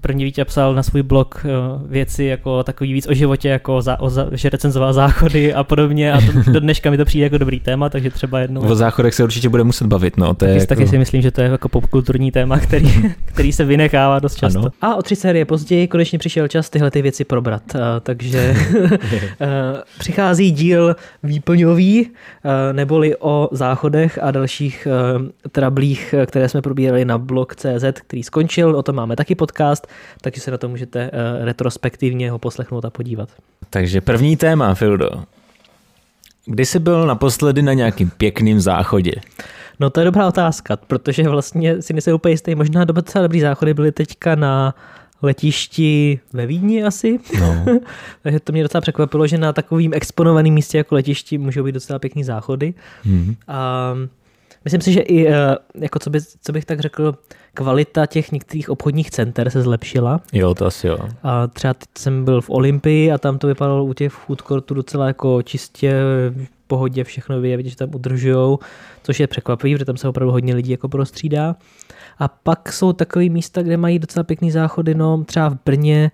první Vítě psal na svůj blog věci jako takový víc o životě, jako že recenzoval záchody a podobně a do dneška mi to přijde jako dobrý téma, takže třeba jednou... O záchodech se určitě bude muset bavit, no. Taky si myslím, že to je jako popkulturní téma, který se vynechává dost často. Ano. A o 3 série později konečně přišel čas tyhle ty věci probrat, takže přichází díl výplňový, neboli o záchodech a dalších trablích, které jsme probírali na blog.cz, který skončil, o tom máme taky podcast, takže se na to můžete retrospektivně ho poslechnout a podívat. Takže první téma, Fildo. Kdy jsi byl naposledy na nějakým pěkným záchodě? No to je dobrá otázka, protože vlastně si nejsem úplně jistý, možná docela dobrý záchody byly teďka na letišti ve Vídni asi. No. Takže to mě docela překvapilo, že na takovým exponovaném místě jako letišti můžou být docela pěkný záchody. A myslím si, že i, jako co bych tak řekl, kvalita těch některých obchodních center se zlepšila. Jo, to asi jo. A třeba teď jsem byl v Olympii a tam to vypadalo u těch food courtů docela jako čistě v pohodě, všechno vidět, že tam udržujou, což je překvapivý, protože tam se opravdu hodně lidí jako prostřídá. A pak jsou takové místa, kde mají docela pěkný záchody, no třeba v Brně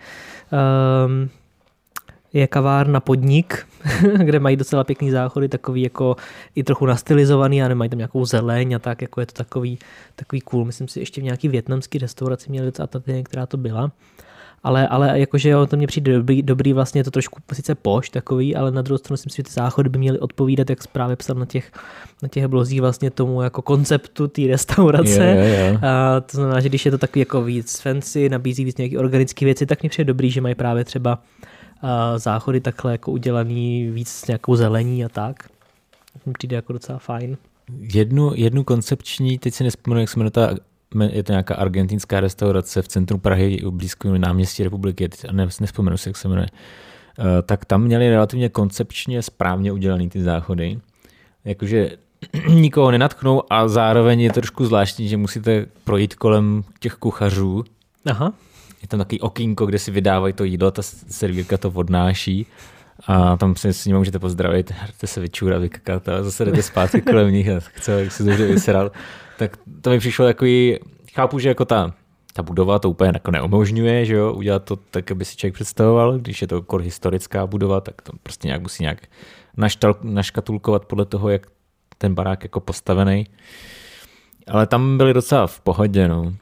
je kavárna Podnik, kde mají docela pěkný záchody, takový jako i trochu nastylizovaný a nemají tam nějakou zeleň a tak, jako je to takový cool. Myslím si, ještě v nějaký vietnamský restauraci měli docela tady, která to byla. Ale jakože jo, to mě přijde dobrý vlastně, je to trošku sice poš takový, ale na druhou stranu si myslím, že ty záchody by měly odpovídat, jak právě psal na těch blozích vlastně tomu jako konceptu té restaurace. Yeah. A to znamená, že když je to takový jako víc fancy, nabízí víc nějaký organické věci, tak mě přijde dobrý, že mají právě třeba záchody takhle jako udělaný víc s nějakou zelení a tak. Mi přijde jako docela fajn. Jednu koncepční, teď si nespomenu, jak se jmenuje je to nějaká argentinská restaurace v centru Prahy, blízko náměstí Republiky, nespomenu si, jak se jmenuje, tak tam měli relativně koncepčně správně udělaný ty záchody. Jakože nikoho nenadchnou a zároveň je trošku zvláštní, že musíte projít kolem těch kuchařů. Aha. Je tam takový okýnko, kde si vydávají to jídlo, ta servírka to odnáší a tam si s ním můžete pozdravit, jdete se vyčůrat, vykakat a zase jdete zpátky kolem nich a chce, jak se dobře vyseral. Tak to mi přišlo takový, chápu, že jako ta budova to úplně jako neumožňuje, že jo, udělat to tak, aby si člověk představoval, když je to historická budova, tak to prostě nějak musí nějak naškatulkovat podle toho, jak ten barák jako postavený. Ale tam byly docela v pohodě, no.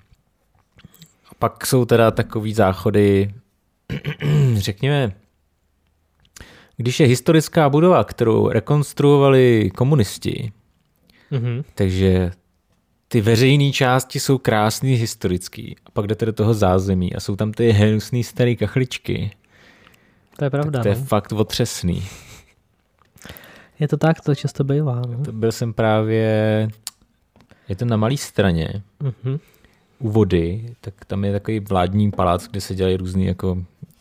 A pak jsou teda takový záchody, řekněme, když je historická budova, kterou rekonstruovali komunisti, takže ty veřejné části jsou krásný, historický. A pak jdete do toho zázemí a jsou tam ty hnusný starý kachličky. To je pravda. Tak to je fakt otřesný. Je to tak, to často bývá. No? To byl jsem právě, je to na Malé Straně, u vody, tak tam je takový vládní palác, kde se dělají různý jako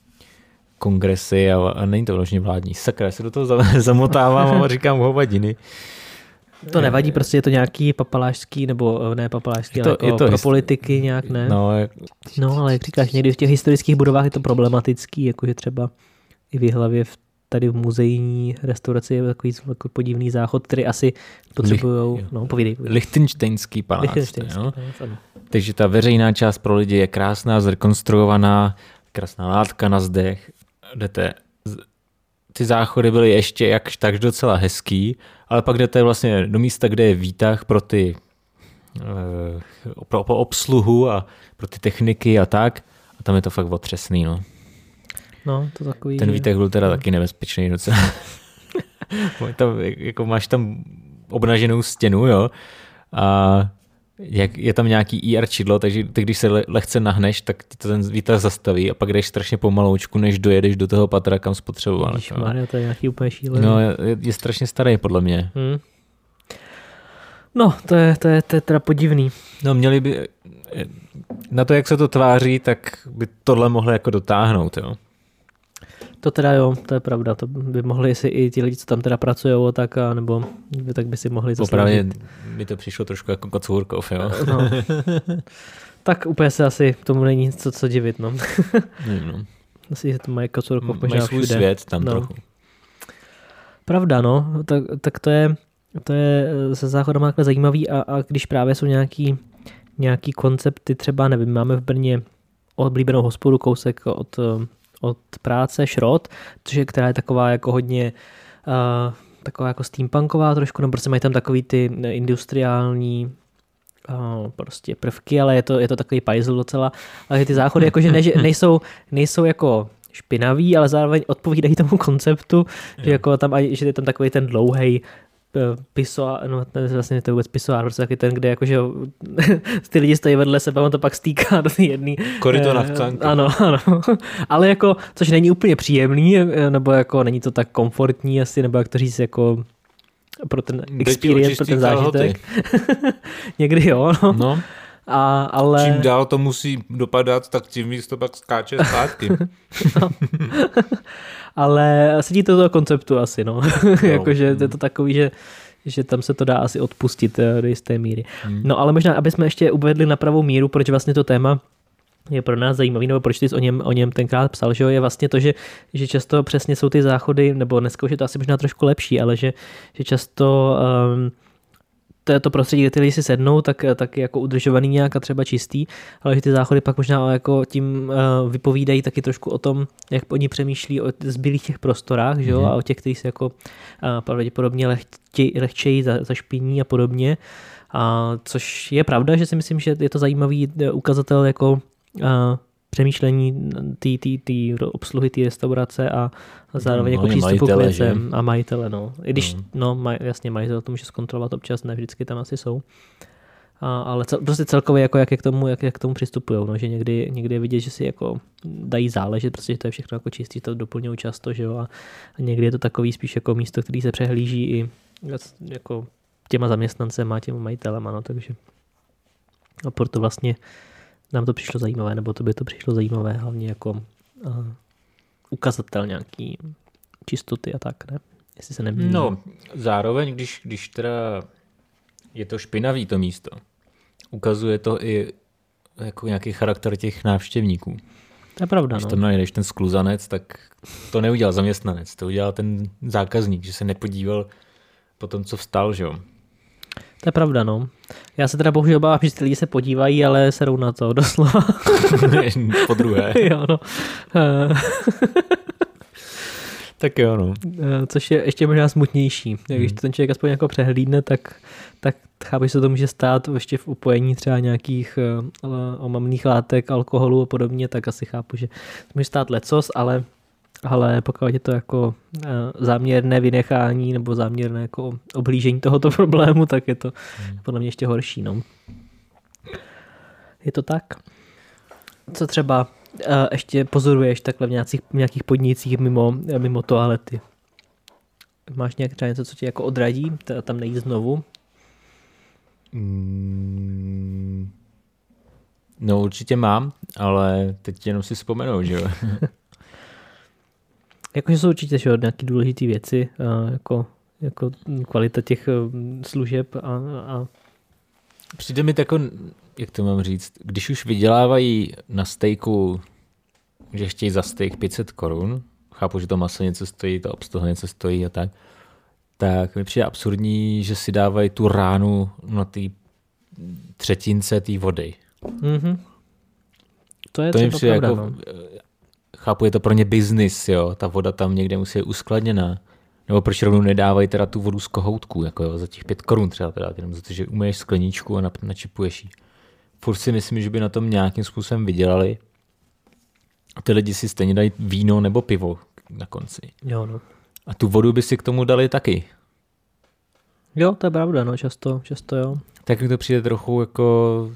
kongresy a není to vlastně vládní. Sakra, já se do toho zamotávám a říkám hovadiny. To nevadí, prostě je to nějaký papalášský, nebo ne papalášský, ale jako pro politiky nějak, ne? No, ale jak říkáš, někdy v těch historických budovách je to problematický, jakože třeba i v Jihlavě tady v muzejní restauraci je takový jako podivný záchod, který asi potřebujou, povídej. Lichtenštejnský palác. Takže ta veřejná část pro lidi je krásná, zrekonstruovaná, krásná látka na zdech, ty záchody byly ještě jakž tak docela hezký, ale pak jdete vlastně do místa, kde je výtah pro ty pro obsluhu a pro ty techniky a tak. A tam je to fakt otřesný, no. No, to takový. Ten výtah byl teda taky nebezpečný docela. Jako máš tam obnaženou stěnu, jo. A je tam nějaký IR čidlo, takže ty, když se lehce nahneš, tak ti to ten výtah zastaví a pak jdeš strašně pomaloučku, než dojedeš do toho patra, kam spotřeboval. Ježišmarja, to je nějaký úplně šílený. No, je strašně starý, podle mě. No, to je teda podivný. No, měli by, na to, jak se to tváří, tak by tohle mohli jako dotáhnout, jo. To teda jo, to je pravda, to by mohli si i ti lidi, co tam teda pracujou, tak nebo tak by si mohli zasloužit. Opravdu mi to přišlo trošku jako Kocourkov, jo. No. Tak úplně se asi tomu není nic co divit, no. No. Asi, že to mají Kocourkov možná všude. Mají svůj svět tam trochu. Pravda, no, tak to je se záchodem takhle zajímavý a když právě jsou nějaký koncepty, třeba nevím, máme v Brně oblíbenou hospodu kousek od práce, Šrot, která je taková jako hodně taková jako steampunková trošku, no prostě mají tam takový ty industriální prostě prvky, ale je to takový pajzl docela, ale ty záchody jakože nejsou jako špinavý, ale zároveň odpovídají tomu konceptu, že jako tam, že je tam takový ten dlouhej pisoár, no vlastně to je vůbec pisoár, prostě taky ten, kde jakože ty lidi stojí vedle sebe, on to pak stýká do té jedné. Koryto na chcánku. Ano. Ale jako, což není úplně příjemný, nebo jako není to tak komfortní asi, nebo jak to říct, jako pro ten experience, pro ten zážitek. Někdy jo, no. Ale... Čím dál to musí dopadat, tak tím víc to pak skáče zpátky. No. Ale sedí to do konceptu asi, no. Jakože je to takový, že tam se to dá asi odpustit do jisté míry. No ale možná, aby jsme ještě uvedli na pravou míru, proč vlastně to téma je pro nás zajímavý, nebo proč ty jsi o něm tenkrát psal, že je vlastně to, že často přesně jsou ty záchody, nebo dneska už je to asi možná trošku lepší, ale že často to prostředí, kde ty lidi si sednou, tak je jako udržovaný nějak a třeba čistý, ale že ty záchody pak možná jako tím vypovídají taky trošku o tom, jak oni přemýšlí o zbylých těch prostorách, že jo, a o těch, kteří se jako pravděpodobně lehčejí zašpiní a podobně. Což je pravda, že si myslím, že je to zajímavý ukazatel jako přemýšlení té obsluhy té restaurace a zároveň jako přístupu k věcem a majitele. No. I když jasně majitel to může zkontrolovat občas, ne vždycky tam asi jsou. Ale prostě celkově jako jak k tomu přistupujou, no, že někdy je vidět, že si jako dají záležet, protože to je všechno jako čistý, to doplňují často, že jo, a někdy je to takový spíš jako místo, který se přehlíží i jako těma zaměstnancema, těma majitelema, no, takže a proto vlastně nám to přišlo zajímavé, nebo to by to přišlo zajímavé, hlavně jako ukazatel nějaký čistoty a tak, ne? Jestli se nemýlím. No, zároveň, když teda je to špinavý to místo, ukazuje to i jako nějaký charakter těch návštěvníků. To je pravda, když tam najdeš ten skluzanec, tak to neudělal zaměstnanec, to udělal ten zákazník, že se nepodíval po tom, co vstal, že jo. To je pravda, no. Já se teda bohužel obávám, že ty lidi se podívají, ale serou na to, doslova. Po druhé. Jo, no. Tak jo, no. Což je ještě možná smutnější. Když to ten člověk aspoň jako přehlídne, tak chápu, že se to může stát ještě v upojení třeba nějakých omamných látek, alkoholu a podobně, tak asi chápu, že to může stát lecos, ale pokud je to jako záměrné vynechání nebo záměrné jako oblížení tohoto problému, tak je to podle mě ještě horší. No. Je to tak? Co třeba ještě pozoruješ takhle v nějakých podnicích mimo toalety? Máš nějak třeba něco, co tě jako odradí tam nejít znovu? No určitě mám, ale teď jenom si vzpomenu, že jo. Jakože jsou určitě nějaké důležité věci, jako kvalita těch služeb a... Přijde mi tako, jak to mám říct, když už vydělávají na stejku, že chtějí za steak 500 korun, chápu, že to maso něco stojí, ta obsluha něco stojí a tak mi přijde absurdní, že si dávají tu ránu na té třetince té vody. Mm-hmm. To je třeba pravda, jako, no. Chápu, je to pro ně biznis, jo, ta voda tam někde musí být uskladněná. Nebo proč rovnou nedávají teda tu vodu z kohoutku, jako jo, za těch 5 korun třeba teda, jenom za to, že umyješ skleničku a načipuješ ji. Furt si myslím, že by na tom nějakým způsobem vydělali. A ty lidi si stejně dají víno nebo pivo na konci. Jo, no. A tu vodu by si k tomu dali taky. Jo, to je pravda, no, často jo. Tak mi to přijde trochu jako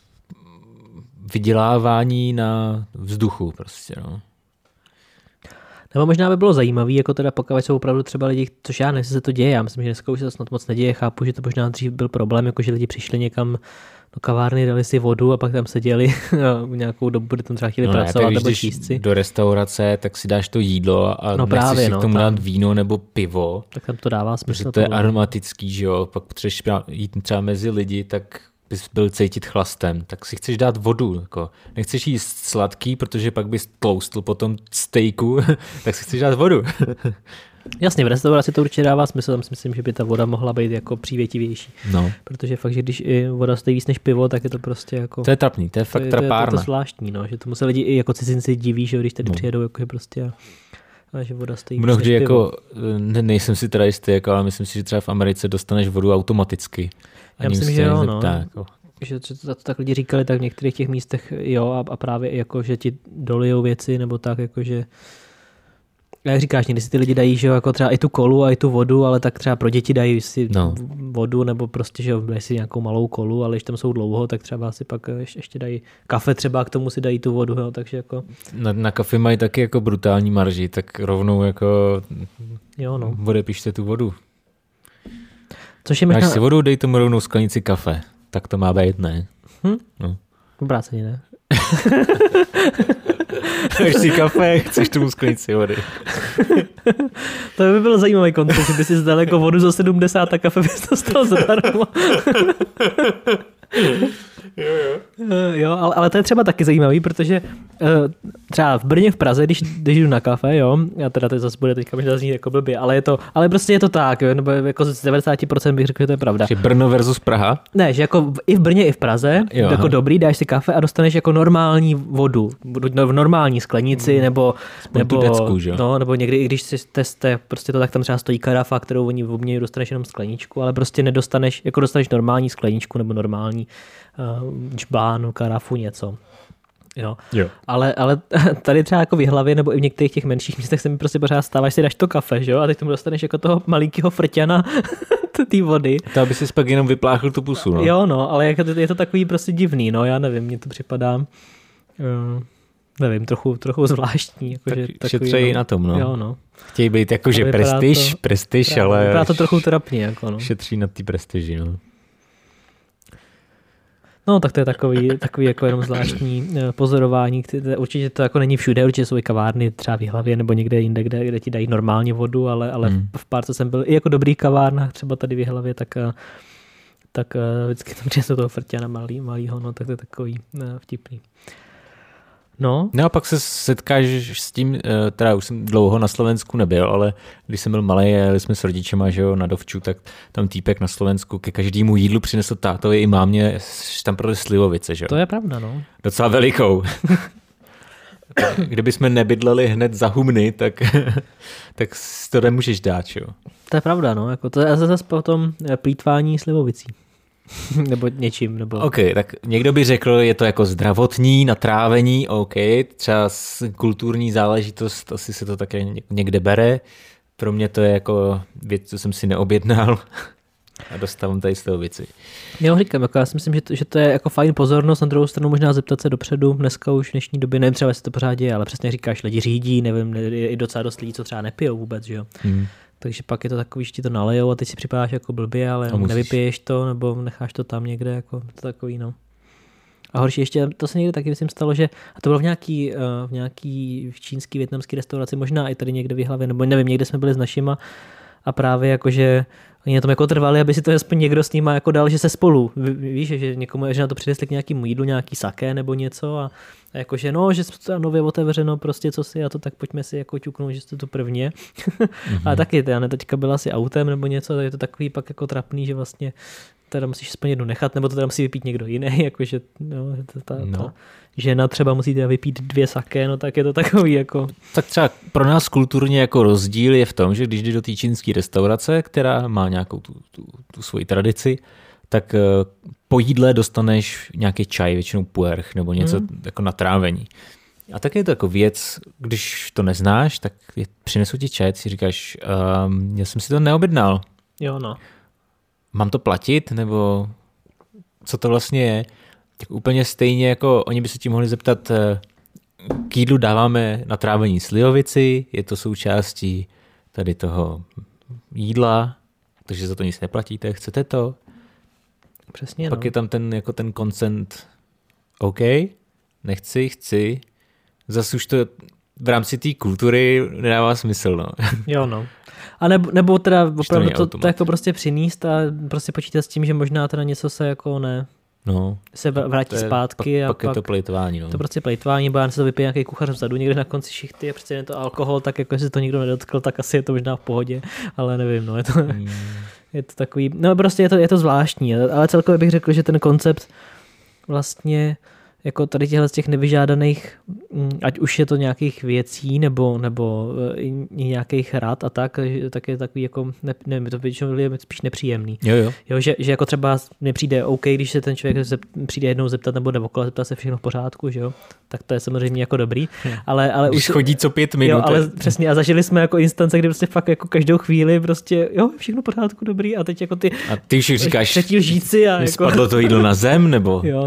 vydělávání na vzduchu prostě, no. Nebo možná by bylo zajímavý, jako teda pokud jsou opravdu třeba lidi, což já nevím, jestli se to děje, já myslím, že dneska už se to snad moc neděje, chápu, že to možná dřív byl problém, jako že lidi přišli někam do kavárny, dali si vodu a pak tam seděli nějakou dobu, kdy tam třeba chtěli pracovat nebo číst si. Do restaurace, tak si dáš to jídlo a nechceš si k tomu dát víno nebo pivo. Tak tam to dává smysl. Protože to je aromatický, že jo, pak potřebuješ jít třeba mezi lidi, tak bys byl cítit chlastem, tak si chceš dát vodu. Jako. Nechceš jíst sladký, protože pak bys tloustl po tom stejku, tak si chceš dát vodu. Jasně, v restauraci to určitě dává smysl, tam si myslím, že by ta voda mohla být jako přívětivější. No. Protože fakt, že když i voda stojí víc než pivo, tak je to prostě jako... To je trapný, to je fakt trapárna. To je zvláštní, no, že tomu se lidi i jako cizinci diví, že když tady přijedou, jako je prostě... A že voda stojí mnohdy jako, nejsem si teda jistý, jako, ale myslím si, že třeba v Americe dostaneš vodu automaticky. Já myslím, že jo, no. Jako. Že to tak lidi říkali, tak v některých těch místech jo a právě jako, že ti dolijou věci, nebo tak jako, že jak říkáš, někdy si ty lidi dají, že jo, jako třeba i tu kolu a i tu vodu, ale tak třeba pro děti dají si vodu, nebo prostě, že jo, dají si nějakou malou kolu, ale když tam jsou dlouho, tak třeba si pak ještě dají kafe, třeba k tomu si dají tu vodu, jo, takže jako... Na kafe mají taky jako brutální marži, tak rovnou jako jo, no. Odepište tu vodu. Což je Máš si vodu, dej tomu rovnou sklenici kafe. Tak to má být, ne? No. Obráceně, ne? Dáš si kafe, chceš tomu sklenici vody. To by byl zajímavý koncept, že by si zdal jako vodu za 70 a kafe bys dostal zadarmo. Jo, ale to je třeba taky zajímavý, protože třeba v Brně, v Praze, když jdu na kafe, jo, a teda to zase bude teďka možná znít jako blbě, ale prostě je to tak, jo, nebo jako z 90% bych řekl, že to je pravda. Že Brno versus Praha? Ne, že jako i v Brně, i v Praze, jo, jako dobrý, dáš si kafe a dostaneš jako normální vodu, v normální sklenici, nebo decku, že? No, nebo někdy, i když si testé, prostě to tak tam třeba stojí karafa, kterou oni v obměnu dostaneš jenom skleničku, ale prostě nedostaneš, jako dostaneš normální skleničku nebo normální džbánu, karafu, něco. Jo. Ale tady třeba jako v Jihlavě nebo i v některých těch menších místech se mi prostě pořád stává, že si dáš to kafe, že jo? A teď tomu dostaneš jako toho malinkého frťana té vody. To aby si pak jenom vypláchl tu pusu, no. Jo, no, ale jako je to takový prostě divný, no, já nevím, mně to připadá, nevím, trochu zvláštní. Jako, tak že šetřejí na tom, no. Jo, no. Chtějí být jakože prestiž, ale... Vypadá to trochu trapně, jako, no. Šetří na té prestiži, no. No, tak to je takový jako jenom zvláštní pozorování. Určitě to jako není všude, určitě jsou i kavárny třeba v Jihlavě nebo někde jinde, kde ti dají normálně vodu, ale v pár, co jsem byl, i jako dobrý kavárnách, třeba tady v Jihlavě, tak vždycky tam přinesou toho frťana malýho, no, tak to je takový vtipný. No a pak se setkáš s tím, teda už jsem dlouho na Slovensku nebyl, ale když jsem byl malej, jeli jsme s rodičema, že jo, na dovču, tak tam týpek na Slovensku ke každému jídlu přinesl tátovi i mámě, tam prodali slivovice, že jo. To je pravda, no. Docela velikou. Kdyby jsme nebydleli hned za Humny, tak to nemůžeš dát, jo. To je pravda, no, jako to je zase potom plýtvání slivovicí. Nebo něčím. Nebo... OK, tak někdo by řekl, je to jako zdravotní, natrávení, OK, třeba kulturní záležitost, asi se to také někde bere. Pro mě to je jako věc, co jsem si neobjednal a dostávám tady z toho věci. Jo, říkám, jako já si myslím, že to je jako fajn pozornost, na druhou stranu možná zeptat se dopředu, dneska už v dnešní době, nevím třeba, jestli to pořád děje, ale přesně říkáš, lidi řídí, nevím, je i docela dost lidí, co třeba nepijou vůbec, že jo. Takže pak je to takový, že ti to nalejou a teď si připadáš jako blbě, ale nevypiješ to nebo necháš to tam někde, jako to takový, no. A horší ještě, to se někde taky myslím stalo, že a to bylo v nějaký čínský, vietnamský restauraci, možná i tady někde v Jihlavě, nebo nevím, někde jsme byli s našima a právě jakože oni na tom jako trvali, aby si to aspoň někdo s nima jako dal, že se spolu, víš, že někomu, že na to přinesli k nějakému jídlu, nějaký saké nebo něco a jakože no, že to nově otevřeno prostě, co si a to tak pojďme si jako ťuknout, že jste to prvně. A taky, já teďka byla asi autem nebo něco, tak je to takový pak jako trapný, že vlastně teda musíš aspoň jednu nechat, nebo to teda musí vypít někdo jiný, jakože no, ta žena třeba musí teda vypít 2 saké, no tak je to takový jako... Tak třeba pro nás kulturně jako rozdíl je v tom, že když jdeš do té čínské restaurace, která má nějakou tu svoji tradici, tak po jídle dostaneš nějaký čaj, většinou puerh, nebo něco jako na trávení. A tak je to jako věc, když to neznáš, tak přinesu ti čaj, si říkáš, já jsem si to neobjednal. Jo, no. Mám to platit, nebo co to vlastně je? Tak úplně stejně jako oni by se ti mohli zeptat, k jídlu dáváme na trávení slivovici, je to součástí tady toho jídla, takže za to nic neplatíte, chcete to? Přesně, pak je tam ten consent, OK, nechci, chci. Zas už to v rámci té kultury nedává smysl, no. Jo, no. A nebo teda opravdu to jako prostě přinést a prostě počítat s tím, že možná teda něco se jako se vrátí zpátky. Pak je to plejtvání. To prostě plejtvání, boján se to vypije nějaký kuchař vzadu, někde na konci šichty a přece je to alkohol, tak jako jestli to nikdo nedotkl, tak asi je to možná v pohodě, ale nevím, je to takový, prostě je to zvláštní, ale celkově bych řekl, že ten koncept vlastně jako tady těchto z těch nevyžádaných, ať už je to nějakých věcí nebo nějakých rad a tak je takový jako, nevím, to většinou je spíš nepříjemný. Jo, že jako třeba mi přijde OK, když se ten člověk přijde jednou zeptat nebo jde okolo, zeptat se všechno v pořádku, že jo, tak to je samozřejmě jako dobrý. Ale když už chodí co 5 minut. Jo, ale přesně a zažili jsme jako instance, kdy prostě fakt jako každou chvíli prostě jo, všechno v pořádku, dobrý a teď jako ty už říkáš, třetí lžíci a jako spadlo to jídlo na zem nebo? Jo,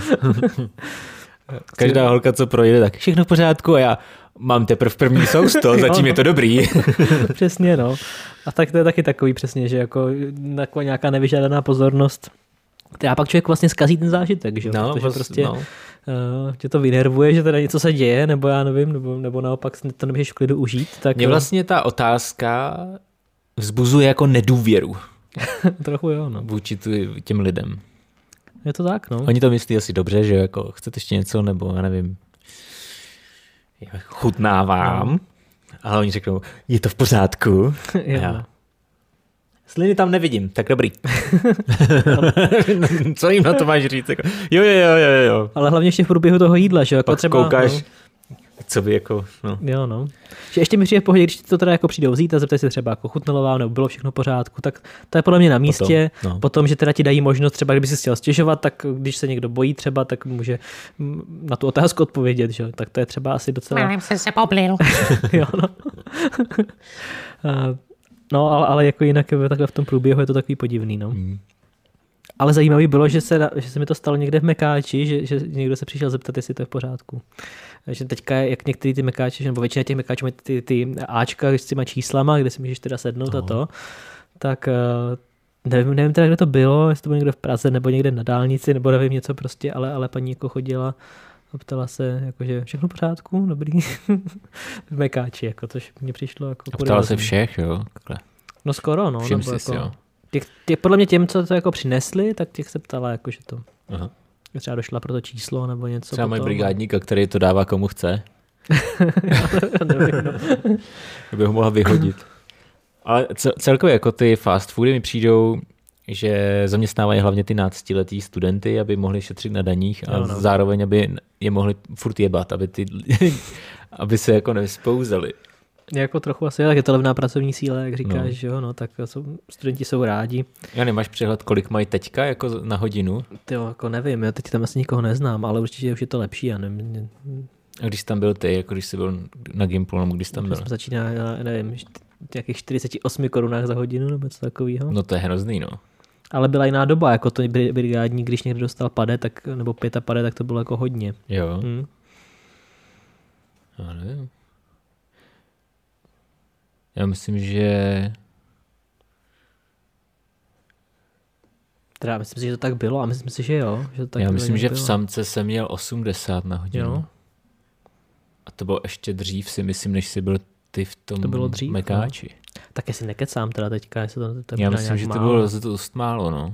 Každá holka, co projde, tak všechno v pořádku a já mám teprve první sousto, zatím je to dobrý. Přesně, A tak to je taky takový přesně, že jako nějaká nevyžádaná pozornost. A pak člověk vlastně zkazí ten zážitek, že? Protože prostě tě to vynervuje, že teda něco se děje, nebo já nevím, nebo naopak to nemůžeš v klidu užít. Tak mě vlastně ta otázka vzbuzuje jako nedůvěru. Trochu jo, vůči těm lidem. Je to tak, Oni to myslí asi dobře, že jako chcete ještě něco, nebo já nevím, chutná vám, ale oni řeknou, je to v pořádku. Sliny tam nevidím, tak dobrý. Co jim na to máš říct? Jako, jo. Ale hlavně ještě v průběhu toho jídla, že jako pak třeba koukáš, co by jako, Jo. Že ještě mi přijde v pohodě, když to teda jako přijdou vzít a zeptají se třeba jako chutnalo vám, nebo bylo všechno v pořádku, tak to je podle mě na místě. Potom, že teda ti dají možnost třeba, kdyby si chtěl stěžovat, tak když se někdo bojí třeba, tak může na tu otázku odpovědět, že? Tak to je třeba asi docela... Málem jsem se poblil. Ale jako jinak takhle v tom průběhu je to takový podivný, Ale zajímavý bylo, že se mi to stalo někde v Mekáči, že někdo se přišel zeptat, jestli to je v pořádku. Že teďka, jak některý ty Mekáči, nebo většina těch Mekáčů mají ty Ačka s těma číslama, kde si můžeš teda sednout a to, tak nevím teda, kde to bylo, jestli to bylo někde v Praze, nebo někde na dálnici, nebo nevím něco prostě, ale paní jako chodila a ptala se, jakože všechno v pořádku, dobrý, v Mekáči, jako, což mě přišlo jako... A ptala se všech, jo? No skoro, Všim jsi, jo. Podle mě těm, co to jako přinesli, tak těch se ptala, jako, že to Aha. třeba došla pro to číslo nebo něco. Třeba mají brigádníka, který to dává komu chce. Nevím, By ho mohla vyhodit. Ale celkově jako ty fast foody mi přijdou, že zaměstnávají hlavně ty 12letý studenty, aby mohli šetřit na daních a zároveň, aby je mohli furt jebat, aby se jako nevyspouzali. Jako trochu asi, tak je to levná pracovní síla, jak říkáš, že jo, tak studenti jsou rádi. Já nemáš přehled, kolik mají teďka jako na hodinu? Tyjo, jako nevím, já teď tam asi nikoho neznám, ale určitě už je to lepší, já nevím. A když tam byl ty, jako když jsi byl na Gimplu, nebo když tam byl? Začíná, nevím, nějakých 48 korunách za hodinu, nebo něco takového. No to je hrozný, Ale byla jiná doba, jako to brigádní, když někdo dostal pade, tak, nebo 5 pade, tak to bylo jako hodně. Jo. Já nevím. Já myslím, že... Teda myslím si, že to tak bylo a myslím si, že jo. Že to tak já myslím, že v Samce jsem měl 80 na hodinu. Jo. A to bylo ještě dřív, si myslím, než jsi byl ty v tom to bylo dřív, Mekáči. No. Tak jestli nekecám teda teďka, jestli to já myslím, že to bylo dost málo,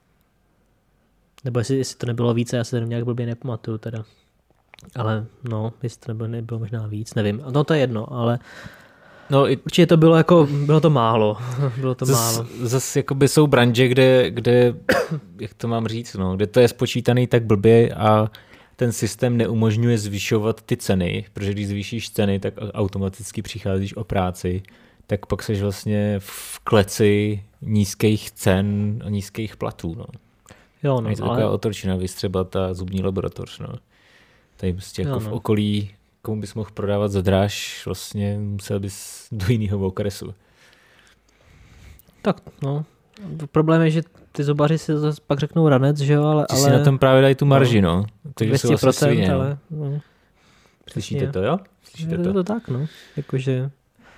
Nebo jestli to nebylo více, já se to nějak blbě nepamatuju teda. Ale jestli to nebylo možná víc, nevím. No to je jedno, ale... určitě to bylo bylo to málo. Zase jakoby jsou branže, kde jak to mám říct, kde to je spočítaný tak blbě a ten systém neumožňuje zvyšovat ty ceny, protože když zvýšíš ceny, tak automaticky přicházíš o práci, tak pak seš vlastně v kleci nízkých cen a nízkých platů. Jo, je to taková otročina, třeba ta zubní laboratoř. Tady prostě jako v okolí, komu bys mohl prodávat za dráž, vlastně musel bys do jiného okresu. Tak, problém je, že ty zubaři si zase pak řeknou ranec, že jo, ale... Ty si na tom právě dají tu marži, Takže jsou asi svině, ale... Slyšíte to, jo? Slyšíte to? To tak, jakože...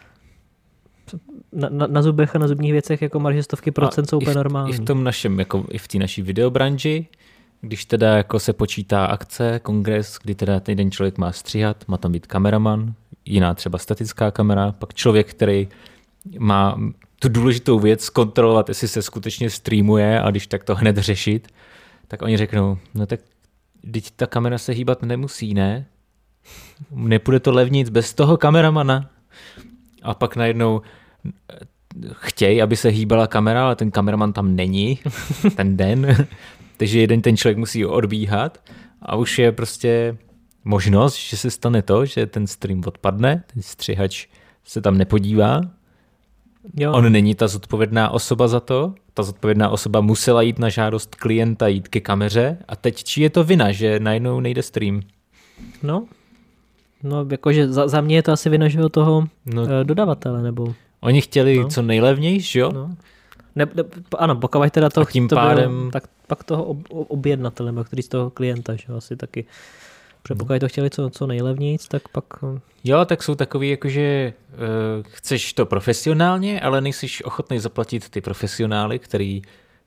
Na zubech a na zubních věcech jako marže stovky procent jsou úplně normální. I v tom našem, jako i v té naší videobranži, když teda jako se počítá akce, kongres, kdy teda ten jeden člověk má stříhat, má tam být kameraman, jiná třeba statická kamera, pak člověk, který má tu důležitou věc kontrolovat, jestli se skutečně streamuje a když tak to hned řešit, tak oni řeknou, no tak teď ta kamera se hýbat nemusí, ne? Nepůjde to levnic bez toho kameramana. A pak najednou chtějí, aby se hýbala kamera, ale ten kameraman tam není ten den, takže jeden ten člověk musí odbíhat a už je prostě možnost, že se stane to, že ten stream odpadne, ten střihač se tam nepodívá, jo. On není ta zodpovědná osoba za to, ta zodpovědná osoba musela jít na žádost klienta jít ke kameře a teď či je to vina, že najednou nejde stream? No jakože za mě je to asi vina, že toho dodavatele, nebo... Oni chtěli co nejlevnější, jo? No. Ano, pokud teda to... tím pádem... tak pak toho objednatele, nebo který z toho klienta, že asi taky... Protože pokud to chtěli co nejlevnějc, tak pak... Jo, tak jsou takový, jakože chceš to profesionálně, ale nejsiš ochotný zaplatit ty profesionály, který,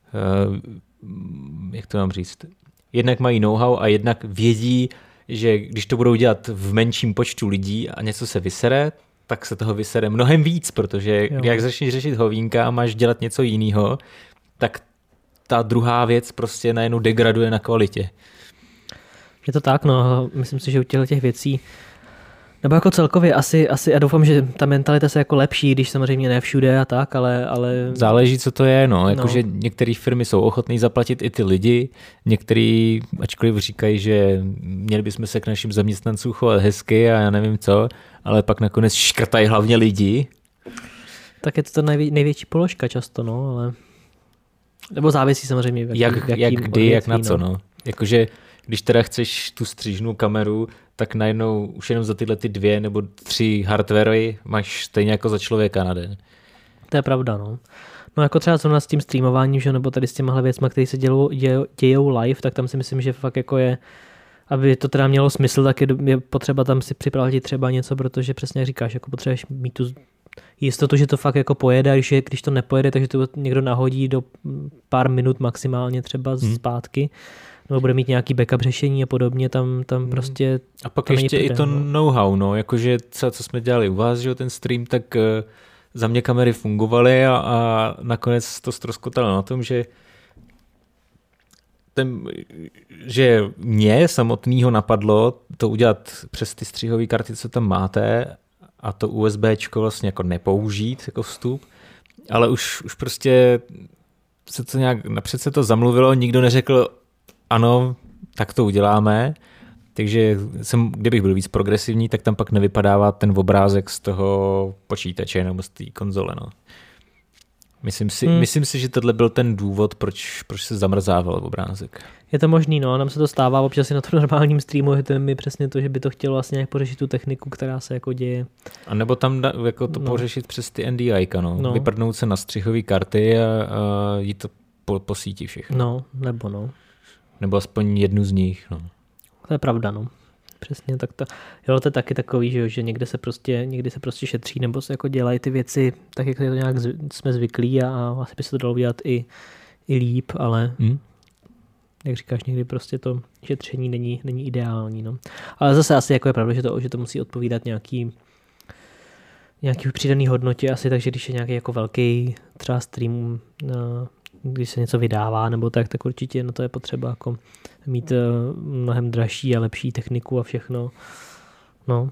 jak to mám říct, jednak mají know-how a jednak vědí, že když to budou dělat v menším počtu lidí a něco se vysere, tak se toho vysere mnohem víc, protože jak začneš řešit hovínka a máš dělat něco jiného, tak ta druhá věc prostě najednou degraduje na kvalitě. Je to tak, no, myslím si, že u těch věcí, nebo jako celkově asi já doufám, že ta mentalita se jako lepší, když samozřejmě ne všude a tak, ale... Záleží, co to je, no, jakože některé firmy jsou ochotné zaplatit i ty lidi, některý, ačkoliv říkají, že měli bychom se k našim zaměstnancům chovat hezky a já nevím co, ale pak nakonec škrtají hlavně lidi. Tak je to největší položka často, no, ale... Nebo závisí samozřejmě, jak kdy, jak na co, no. Jakože když teda chceš tu střížnou kameru, tak najednou už jenom za tyhle ty 2 nebo 3 hardwary máš stejně jako za člověka na den. To je pravda, no. No jako třeba s tím streamováním, že nebo tady s těmahle věcma, které se dějou live, tak tam si myslím, že fakt jako je, aby to teda mělo smysl, tak je potřeba tam si připravit třeba něco, protože přesně jak říkáš, jako potřebuješ mít tu jistotu, že to fakt jako pojede, a když to nepojede, takže to někdo nahodí do pár minut maximálně třeba zpátky, nebo bude mít nějaký backup řešení a podobně, tam prostě... A pak ještě i to know-how, no, jakože co jsme dělali u vás, že ten stream, tak za mě kamery fungovaly a nakonec to ztroskotalo na tom, že mě samotného napadlo to udělat přes ty střihové karty, co tam máte, a to USBčko vlastně jako nepoužít jako vstup, ale už prostě se to nějak, napřed se to zamluvilo, nikdo neřekl ano, tak to uděláme, takže kdybych byl víc progresivní, tak tam pak nevypadává ten obrázek z toho počítače nebo z té konzole. No. Myslím si, že tohle byl ten důvod, proč se zamrzával obrázek. Je to možný, no, nám se to stává občas i na tom normálním streamu, je to mi přesně to, že by to chtělo vlastně nějak pořešit tu techniku, která se jako děje. A nebo tam jako to pořešit přes ty NDI-ka, no. Vyprdnout se na střihové karty a jít to po síti všechno. No, nebo Nebo aspoň jednu z nich, no. To je pravda, no. Přesně, tak to je taky takový, že někdy se prostě šetří, nebo se jako dělají ty věci tak, jak to nějak jsme zvyklí a asi by se to dalo dělat i líp, ale jak říkáš, někdy prostě to šetření není ideální, no. Ale zase asi jako je pravda, že to musí odpovídat nějaký přidaný hodnotě asi, takže když je nějaký jako velký třeba stream, když se něco vydává nebo tak určitě na to je potřeba jako mít mnohem dražší a lepší techniku a všechno. No.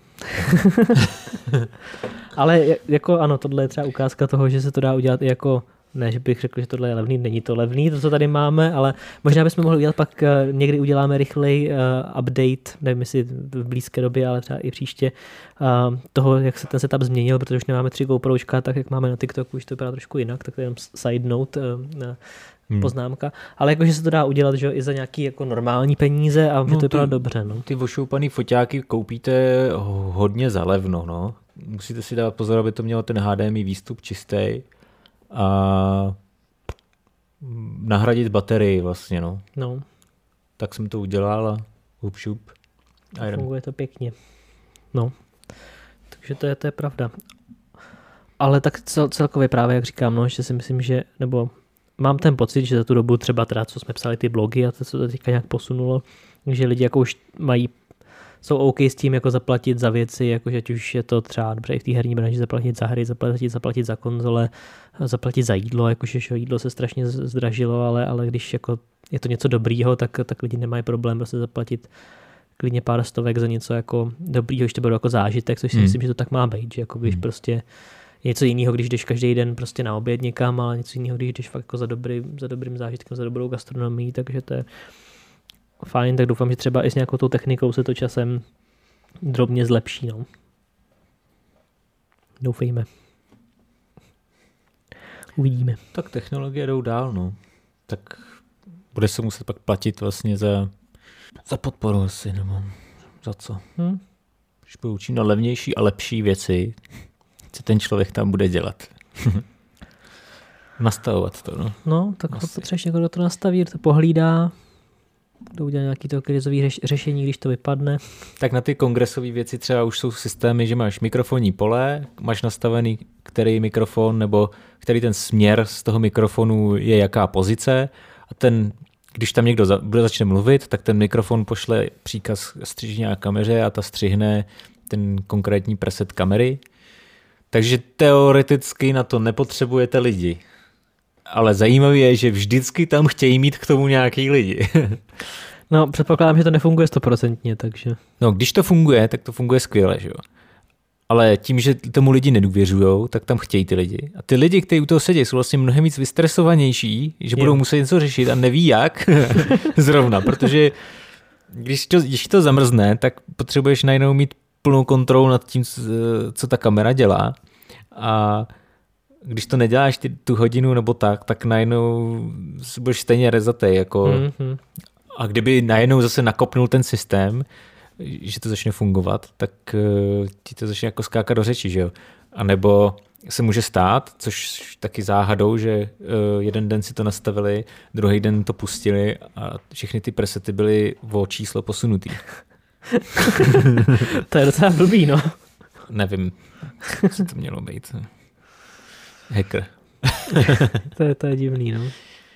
Ale jako ano, tohle je třeba ukázka toho, že se to dá udělat i jako, ne, že bych řekl, že tohle je levný, není to levný, to, co tady máme, ale možná bychom mohli udělat pak, někdy uděláme rychlej update, nevím jestli v blízké době, ale třeba i příště, toho, jak se ten setup změnil, protože už nemáme 3 GoPročka, tak jak máme na TikToku, už to vypadá trošku jinak, tak to je jenom side note, poznámka, ale jakože se to dá udělat, že i za nějaký jako normální peníze a to vypadá dobře. No. Ty ošoupaný foťáky koupíte hodně za levno, no. Musíte si dát pozor, aby to mělo ten HDMI výstup čistý a nahradit baterii vlastně, no. Tak jsem to udělal a hup šup. Funguje to pěkně. No. Takže to je pravda. Ale tak celkově právě, jak říkám, no, že si myslím, že, nebo mám ten pocit, že za tu dobu třeba teda, co jsme psali ty blogy a to se to teďka nějak posunulo, že lidi jako už mají jsou OK s tím jako zaplatit za věci, jakože ať už je to třeba dobře i v té herní branži zaplatit za hry, zaplatit za konzole, zaplatit za jídlo, jakože jídlo se strašně zdražilo, ale když jako je to něco dobrýho, tak lidi nemají problém prostě zaplatit klidně pár stovek za něco jako dobrýho, když to bude jako zážitek, což si myslím, že to tak má být, že jako když prostě něco jiného, když jdeš každý den prostě na oběd někam, ale něco jiného, když jdeš fakt jako za dobrým zážitkem, za dobrou gastronomií, takže to je fajn, tak doufám, že třeba i s nějakou tou technikou se to časem drobně zlepší. No. Doufejme. Uvidíme. Tak technologie jdou dál, no. Tak bude se muset pak platit vlastně za podporu asi, nebo za co. Když budou učit na levnější a lepší věci, co ten člověk tam bude dělat. Nastavovat to, no. No, tak potřebuješ někdo, kdo to nastaví, to pohlídá, kdo udělá nějaký to krizový řešení, když to vypadne. Tak na ty kongresové věci třeba už jsou systémy, že máš mikrofonní pole, máš nastavený, který mikrofon nebo který ten směr z toho mikrofonu je jaká pozice a když tam někdo začne mluvit, tak ten mikrofon pošle příkaz střižně a kameře a ta střihne ten konkrétní preset kamery. Takže teoreticky na to nepotřebujete lidi. Ale zajímavé je, že vždycky tam chtějí mít k tomu nějaký lidi. No, předpokládám, že to nefunguje 100%, takže... No, když to funguje, tak to funguje skvěle, že jo. Ale tím, že tomu lidi nedůvěřujou, tak tam chtějí ty lidi. A ty lidi, kteří u toho sedí, jsou vlastně mnohem víc vystresovanější, že budou muset něco řešit a neví jak zrovna, protože když to zamrzne, tak potřebuješ najednou mít plnou kontrolu nad tím, co ta kamera dělá. A když to neděláš tu hodinu nebo tak najednou budeš stejně rezatej. Jako. A kdyby najednou zase nakopnul ten systém, že to začne fungovat, tak ti to začne jako skákat do řeči, že jo? A nebo se může stát, což taky záhadou, že jeden den si to nastavili, druhý den to pustili a všechny ty presety byly o číslo posunutý. To je docela blbý, no. Nevím, co to mělo být. Hacker. To je divný, no.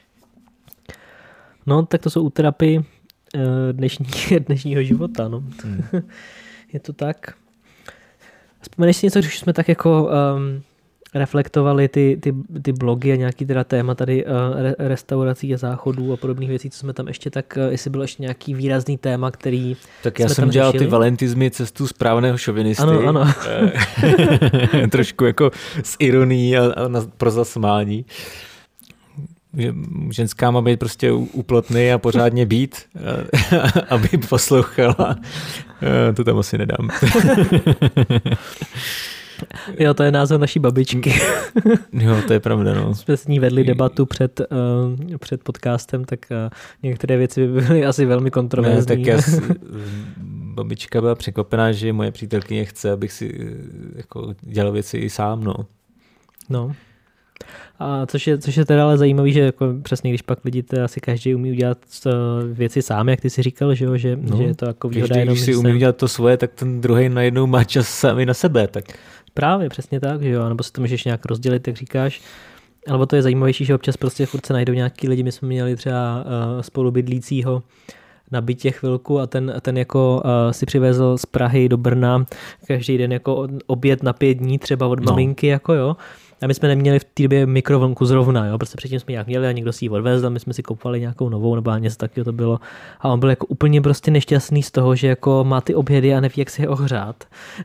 No, tak to jsou útrapy dnešního života, no. Je to tak. Vzpomeneš si něco, když jsme tak jako reflektovali ty blogy a nějaký teda téma tady restaurací a záchodů a podobných věcí, co jsme tam ještě tak, jestli bylo ještě nějaký výrazný téma, který tak já jsem dělal řešili? Ty valentizmy cestu správného šovinisty. Ano. Trošku jako s ironií a pro zasmání. Ženská má být prostě úplotný a pořádně být, aby poslouchala. To tam asi nedám. Jo, to je názor naší babičky. Jo, to je pravda, no. Jsme s ní vedli debatu před podcastem, tak některé věci by byly asi velmi kontroverzní. Ne, tak babička byla překvapená, že moje přítelkyně chce, abych si jako dělal věci i sám, no. No. A což je teda ale zajímavý, že jako přesně, když pak lidi teda asi každý umí udělat věci sám, jak ty si říkal, že je to jako výhoda jenom, když si umí udělat to svoje, tak ten druhý najednou má čas sami na sebe, tak... Právě, přesně tak, že jo, nebo si to můžeš nějak rozdělit, jak říkáš, alebo to je zajímavější, že občas prostě furt se najdou nějaký lidi, my jsme měli třeba spolubydlícího na bytě chvilku a ten jako si přivezl z Prahy do Brna každý den jako oběd na 5 dní třeba od maminky, jako jo. A my jsme neměli v té době mikrovlnku zrovna, jo, prostě předtím jsme nějak měli a někdo si ji odvezl, my jsme si koupali nějakou novou nebo něco takového to bylo. A on byl jako úplně prostě nešťastný z toho, že jako má ty obědy a neví, jak si je ohřát.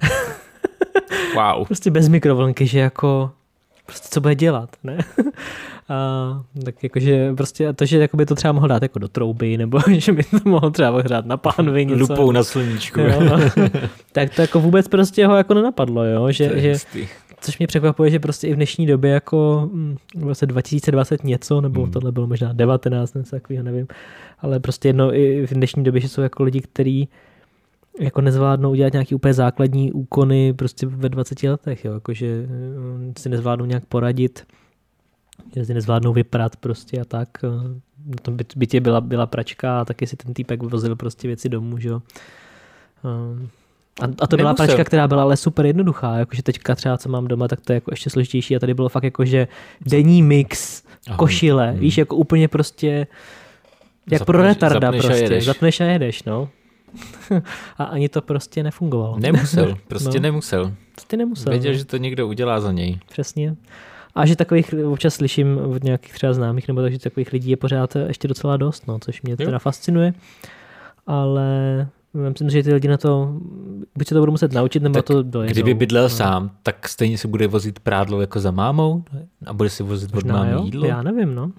Wow. Prostě bez mikrovlnky, že jako prostě co bude dělat, ne? A tak jakože prostě to, že jakoby to třeba mohl dát jako do trouby, nebo že by to mohl třeba ohřát na pánvi něco. Lupou na sluníčku. Jo, no. Tak to jako vůbec prostě ho jako nenapadlo, jo, že což mě překvapuje, že prostě i v dnešní době jako vlastně 2020 něco, nebo tohle bylo možná 19, něco takového, nevím, ale prostě jedno i v dnešní době, že jsou jako lidi, kteří jako nezvládnou udělat nějaký úplně základní úkony prostě ve 20 letech, jo, jakože si nezvládnou nějak poradit, že si nezvládnou vyprat prostě a tak. Na tom bytě byla pračka a taky si ten týpek vozil prostě věci domů, že jo. A to byla pračka, která byla ale super jednoduchá, jakože teďka třeba, co mám doma, tak to je jako ještě složitější a tady bylo fakt jako, že denní mix, košile, víš, jako úplně prostě jak pro retarda prostě, zapneš a jedeš, no. A ani to prostě nefungovalo. Nemusel, prostě nemusel. Ty nemusel. Věděl, že to někdo udělá za něj. Přesně. A že takových občas slyším od nějakých třeba známých, nebo takže takových lidí je pořád ještě docela dost, no, což mě teda fascinuje. Ale myslím, že ty lidi na to, buď se to budou muset naučit, nebo tak to dojedou. Kdyby bydlel sám, tak stejně se bude vozit prádlo jako za mámou a bude si vozit od mámy jídlo. Já nevím, no.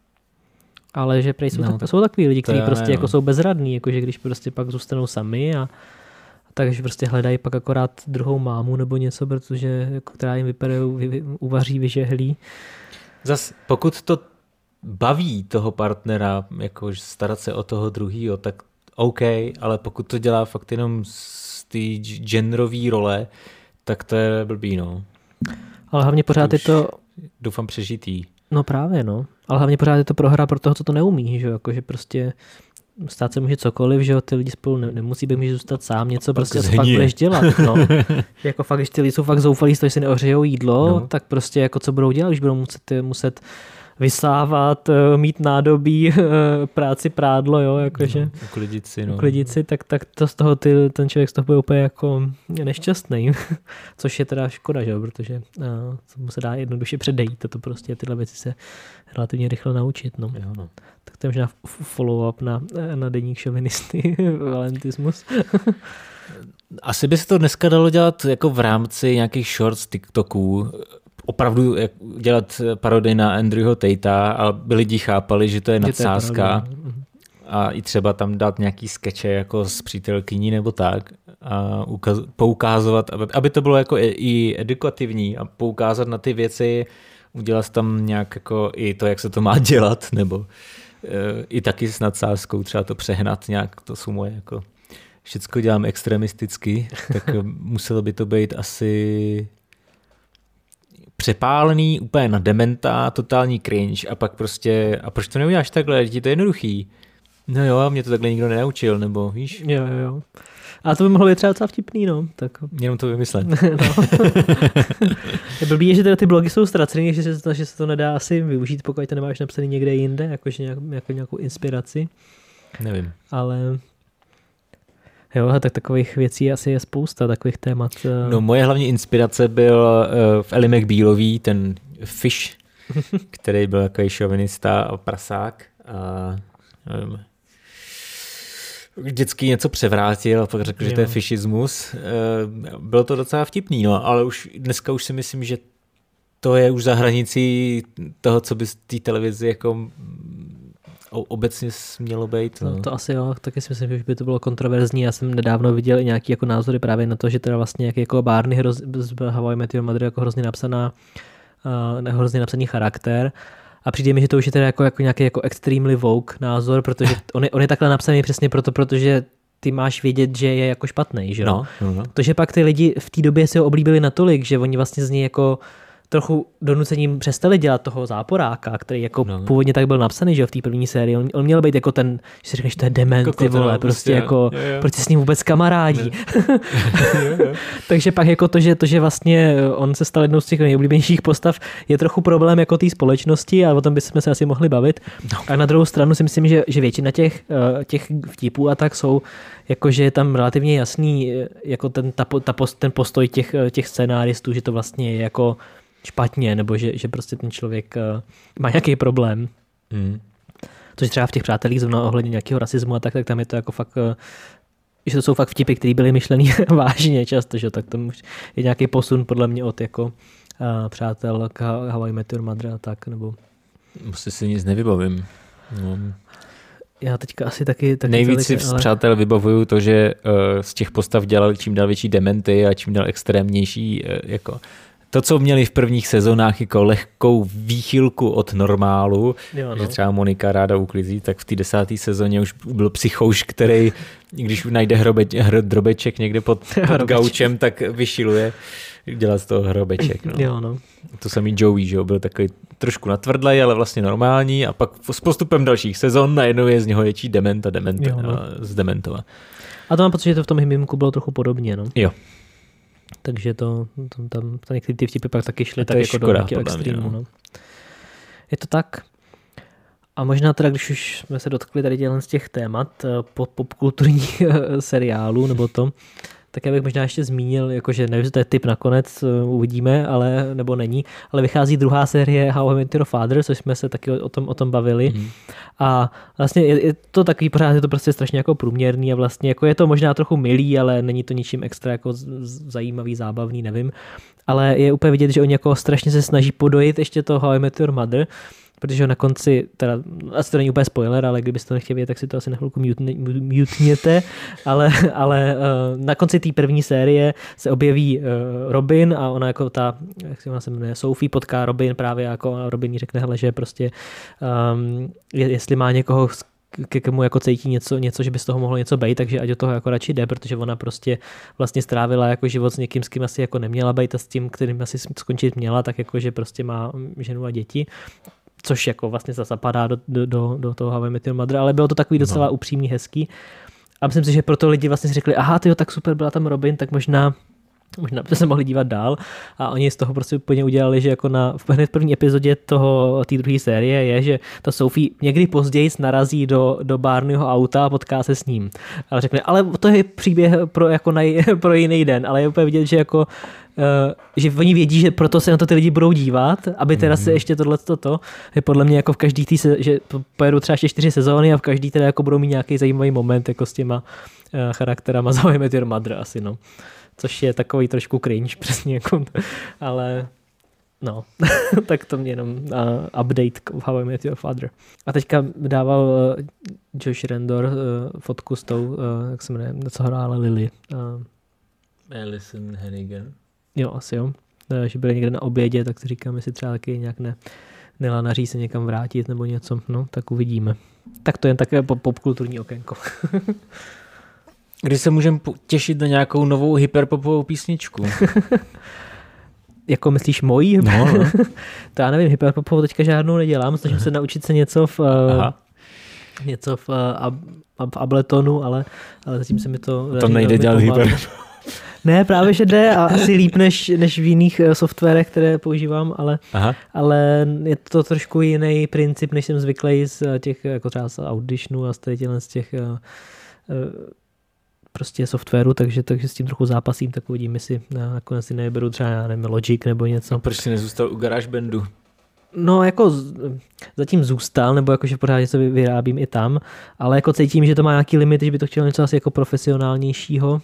Ale že prej jsou takový lidi, kteří prostě jako jsou bezradní, jakože když prostě pak zůstanou sami a takže prostě hledají pak akorát druhou mámu nebo něco, protože jako, která jim uvaří, vyžehlí. Zas pokud to baví toho partnera, jako starat se o toho druhýho, tak OK, ale pokud to dělá fakt jenom z té genderové role, tak to je blbý, no. Ale hlavně pořád je to... Doufám přežitý. No právě, no. Ale hlavně pořád je to prohra pro toho, co to neumí, že jo, jakože prostě stát se může cokoliv, že jo, ty lidi spolu nemusí být zůstat sám, něco prostě fakt budeš dělat, no. Jako fakt, když ty lidi jsou fakt zoufalí z toho, že si neohřejou jídlo, tak prostě jako co budou dělat, když budou muset vysávat, mít nádobí, práci prádlo, jo, jakože. Uklidit si, tak to z toho ten člověk z toho bude úplně jako nešťastný, což je teda škoda, že jo, protože mu se dá jednoduše předejít, to prostě tyhle věci se relativně rychle naučit, no. Jo, no. Tak to je možná follow-up na deník šovinisty, valentismus. Asi by se to dneska dalo dělat jako v rámci nějakých shorts TikToků, opravdu dělat parodii na Andrewho Tatea a by lidi chápali, že to je nadsázka a i třeba tam dát nějaký skeče jako s přítelkyní nebo tak a poukázovat, aby to bylo jako i edukativní a poukázat na ty věci, udělat tam nějak jako i to, jak se to má dělat, nebo i taky s nadsázkou třeba to přehnat nějak, to jsou moje jako všecko dělám extremisticky, tak muselo by to být asi přepálený, úplně na dementa, totální cringe a pak prostě, a proč to neuděláš takhle, ti to je jednoduchý. No jo, mě to takhle nikdo nenaučil, nebo víš? Jo. A to by mohlo být třeba docela vtipný, no. Tak... Jenom to vymyslet. No. Je blbý, že teda ty blogy jsou ztracený, že se to nedá asi využít, pokud to nemáš napsaný někde jinde, jakože jako nějakou inspiraci. Nevím. Ale... Jo, tak takových věcí asi je spousta, takových témat. No moje hlavní inspirace byl v Ellie McBealový, ten Fish, který byl takový šovinista a prasák a nevím, vždycky něco převrátil a pak řekl, že to je fišismus. Bylo to docela vtipný, no, ale dneska už si myslím, že to je už za hranicí toho, co by z té televizi jako obecně mělo být. No. To asi jo, taky si myslím, že by to bylo kontroverzní. Já jsem nedávno viděl i nějaký jako názory právě na to, že teda vlastně jaký jako Barney z How I Met Your Mother jako hrozně napsaný charakter. A přijde mi, že to už je teda jako nějaký jako extremely woke názor, protože on je takhle napsaný přesně proto, protože ty máš vědět, že je jako špatný, že jo? No. To, že pak ty lidi v té době si ho oblíbili natolik, že oni vlastně z něj jako trochu donucením přestali dělat toho záporáka, který jako původně tak byl napsaný, že v té první sérii. On měl být jako ten, že si řekneš, to je dement, ty vole, prostě jako, proč s ním vůbec kamarádí. Takže pak jako to, že vlastně on se stal jednou z těch nejoblíbenějších postav, je trochu problém jako té společnosti a o tom bychom se asi mohli bavit. No. A na druhou stranu si myslím, že většina těch vtipů a tak jsou, jakože je tam relativně jasný jako ten postoj těch scénáristů, že to vlastně je jako špatně, nebo že prostě ten člověk má nějaký problém. Což třeba v těch Přátelích zrovna ohledně nějakého rasismu a tak tam je to jako fakt, že to jsou fakt vtipy, které byly myšlený vážně často, že tak tam už je nějaký posun podle mě od jako Přátel k How I Met Your Mother a tak, nebo... Musím si nic nevybavím. No. Já teďka asi taky nejvíc si z Přátel vybavuju to, že z těch postav dělali čím dál větší dementy a čím dál extrémnější jako... To, co měli v prvních sezónách jako lehkou výchylku od normálu, že třeba Monika ráda uklizí, tak v té 10. sezóně už byl psychouš, který, když najde drobeček někde pod gaučem, tak vyšiluje, dělá z toho hrobeček. No. To samý Joey, že byl takový trošku natvrdlej, ale vlastně normální a pak s postupem dalších sezon najednou je z něho větší dement zdementova. A to mám pocit, že to v tom mimku bylo trochu podobně. No. Jo. Takže tam některé ty vtipy pak taky šly tak jako do nějakého extrému. No. Je to tak. A možná teda, když už jsme se dotkli tady z těch témat popkulturních seriálů nebo to, tak já bych možná ještě zmínil, jakože nevím, že to je tip nakonec, uvidíme, ale nebo není, ale vychází druhá série How I Met Your Father, což jsme se taky o tom bavili. A vlastně je to takový, pořád je to prostě strašně jako průměrný a vlastně jako je to možná trochu milý, ale není to ničím extra jako zajímavý, zábavný, nevím. Ale je úplně vidět, že oni jako strašně se snaží podojit ještě to How I Met Your Mother, protože na konci, teda asi to není úplně spoiler, ale kdybyste to nechtěli vědět, tak si to asi na chvilku mutněte, ale na konci té první série se objeví Robin a ona jako ta, jak se ona se jmenuje, Sophie potká Robin právě jako a Robin jí řekne, hele, že prostě jestli má někoho ke komu jako cítí něco, že by z toho mohlo něco být, takže ať do toho jako radši jde, protože ona prostě vlastně strávila jako život s někým, s kým asi jako neměla být a s tím, kterým asi skončit měla, tak jako, že prostě má ženu a děti. Což jako vlastně zapadá do toho How I Met Your Mother, ale bylo to takový docela upřímný, hezký. A myslím si, že proto lidi vlastně si řekli, aha, tyjo, tak super, byla tam Robin, tak možná by se mohli dívat dál. A oni z toho prostě úplně udělali, že jako hned v první epizodě té druhé série je, že ta Sophie někdy později narazí do Barneyho auta a potká se s ním. Ale řekne, ale to je příběh pro jiný den, ale je úplně vidět, že jako že oni vědí, že proto se na to ty lidi budou dívat, aby teda se ještě tohleto, je podle mě jako v každý že pojedou třeba ještě 4 sezóny a v každý teda jako budou mít nějaký zajímavý moment jako s těma charakterama z How I Met Your Mother asi, no. Což je takový trošku cringe, přesně jako, ale no, tak to mě jenom update How I Met Your Father. A teďka dával Josh Rendor fotku s tou, jak se jmenuje, co hrála Lily. Alison Hannigan. Jo, asi jo. Že byli někde na obědě, tak si říkám, jestli třeba taky nějak nelanaří se někam vrátit nebo něco. No, tak uvidíme. Tak to je jen takové popkulturní okénko. Kdy se můžeme těšit na nějakou novou hyperpopovou písničku? Jako myslíš mojí? No. To já nevím, hyperpopovou teďka žádnou nedělám. Snažím se naučit se něco v Abletonu, ale zatím se mi to... To nejde dělat hyper. Ne, právě, že jde a asi líp než v jiných softwarech, které používám, ale je to trošku jiný princip, než jsem zvyklý z těch, jako třeba z Auditionu a z těch prostě softwaru, takže s tím trochu zápasím, tak uvidím, jestli nakonec si neberu třeba, já nevím, Logic nebo něco. A proč jsi nezůstal u GarageBandu? No, jako zatím zůstal, nebo jakože pořád něco vyrábím i tam, ale jako cítím, že to má nějaký limit, že by to chtělo něco asi jako profesionálnějšího,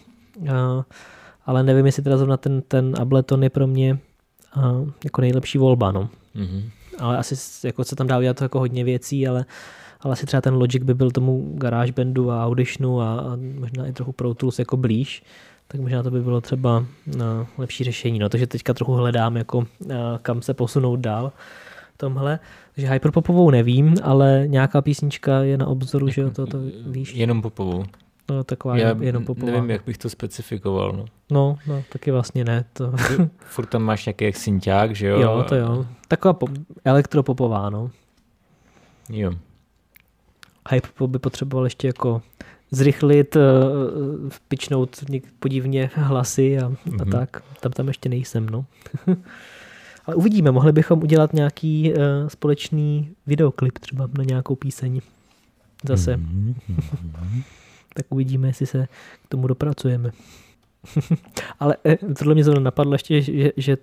ale nevím, jestli teda zrovna ten Ableton je pro mě jako nejlepší volba, no. Mm-hmm. Ale asi jako se tam dá udělat jako hodně věcí, ale asi třeba ten Logic by byl tomu GarageBandu a Auditionu a možná i trochu Pro Tools jako blíž, tak možná to by bylo třeba lepší řešení. No, takže teďka trochu hledám, jako, kam se posunout dál v tomhle. Takže hyperpopovou nevím, ale nějaká písnička je na obzoru, že to víš. Jenom popovou. No, taková já jenom popová. Nevím, jak bych to specifikoval. No, taky vlastně ne. To... Furt tam máš nějaký jak synťák, že jo? Jo, to jo. Taková elektropopová, no. Jo. Hyperpop by potřeboval ještě jako zrychlit, pičnout podivně hlasy a tak. Tam ještě nejsem, no. Ale uvidíme, mohli bychom udělat nějaký společný videoklip třeba na nějakou píseň. Zase. Tak uvidíme, jestli se k tomu dopracujeme. Ale tohle mě zrovna napadlo ještě, že